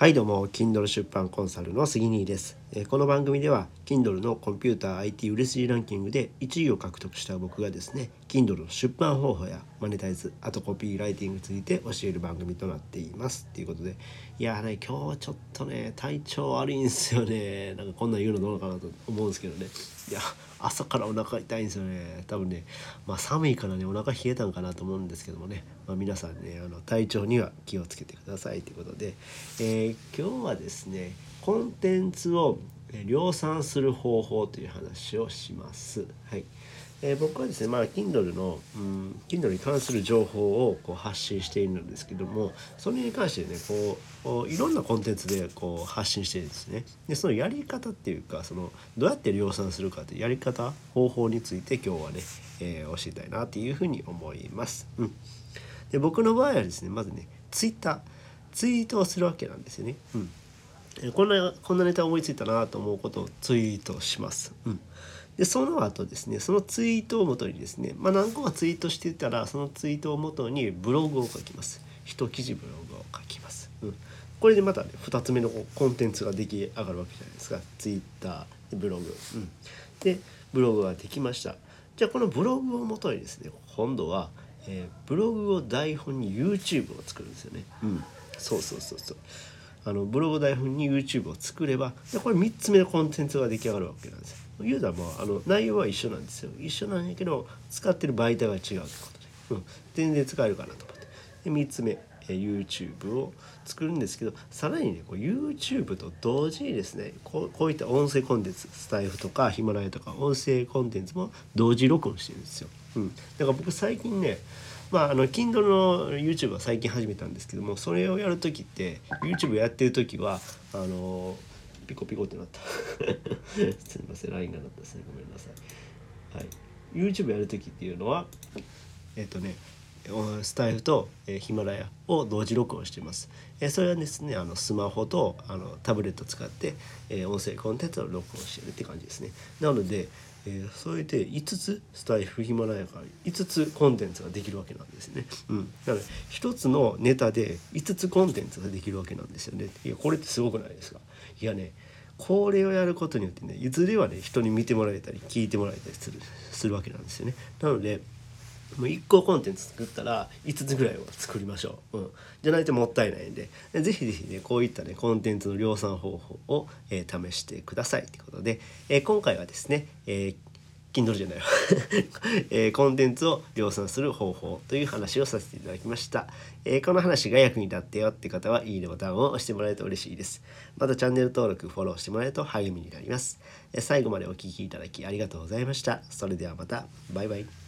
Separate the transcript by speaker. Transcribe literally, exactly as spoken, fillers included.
Speaker 1: はいどうも Kindle 出版コンサルの杉兄です。えーこの番組では Kindle のコンピューター アイティー 売れ筋ランキングでいちいを獲得した僕がですね Kindle の出版方法やマネタイズ、あとコピーライティングについて教える番組となっていますということで、いやーね今日ちょっとね体調悪いんですよね。なんかこんなん言うのどうかなと思うんですけどね、いや朝からお腹痛いんですよね。多分ねまあ寒いからねお腹冷えたんかなと思うんですけどもね、まあ、皆さんねあの体調には気をつけてくださいということで、えー今日はですねコンテンツを量産する方法という話をします。はい。えー僕はですね、まあ Kindle の、うん、Kindle に関する情報をこう発信しているんですけども、それに関してね、こうこういろんなコンテンツでこう発信しているんですね。で、そのやり方っていうか、そのどうやって量産するかというやり方、方法について今日はね、えー教えたいなというふうに思います。うん。で、僕の場合はですね、まずね、Twitter、ツイートをするわけなんですよね。うん。えこんなこんなネタ思いついたなと思うことをツイートします。うん、でその後ですねそのツイートをもとにですね、まあ、何個かツイートしてたらそのツイートをもとにブログを書きます。一記事ブログを書きます。うん、これでまたねふたつめのコンテンツが出来上がるわけじゃないですか。ツイッターでブログ、うん、でブログができました。じゃあこのブログをもとにですね今度は、えーブログを台本に YouTube を作るんですよね。うん、そうそうそうそうあのブログ台本に YouTube を作ればでこれみっつめのコンテンツが出来上がるわけなんですよ。ユーザーもあの内容は一緒なんですよ。一緒なんやけど使ってる媒体が違うってことで、うん、全然使えるかなと思って。でみっつめえ YouTube を作るんですけど、さらにねこう YouTube と同時にですねこう、こういった音声コンテンツ、スタイフとかヒマラヤとか音声コンテンツも同時録音してるんですよ。うん、だから僕最近ねまあ、あの Kindle の YouTube は最近始めたんですけども、それをやるときって YouTube やってるときはあのピコピコってなったすみません ライン が鳴ったですね、ごめんなさい。はい、YouTube やるときっていうのはえっ、とねスタイフと、えーヒマラヤを同時録音しています。えーそれはですねあのスマホとあのタブレットを使って、えー音声コンテンツを録音しているって感じですね。なので、えーそれでいつつスタイフヒマラヤからいつつコンテンツができるわけなんですね。うん、だからひとつのネタでいつつコンテンツができるわけなんですよね。いやこれってすごくないですか。いやねこれをやることによってねいずれはね人に見てもらえたり聞いてもらえたりするするわけなんですよね。なのでもういっこコンテンツ作ったらいつつぐらいは作りましょう、うん、じゃないともったいないんでぜひぜひねこういったねコンテンツの量産方法を、えー試してくださいということで、えー今回はですね、えー Kindle じゃないわ、えーコンテンツを量産する方法という話をさせていただきました。えーこの話が役に立ってよって方はいいねボタンを押してもらえると嬉しいです。またチャンネル登録フォローしてもらえると励みになります。えー最後までお聞きいただきありがとうございました。それではまたバイバイ。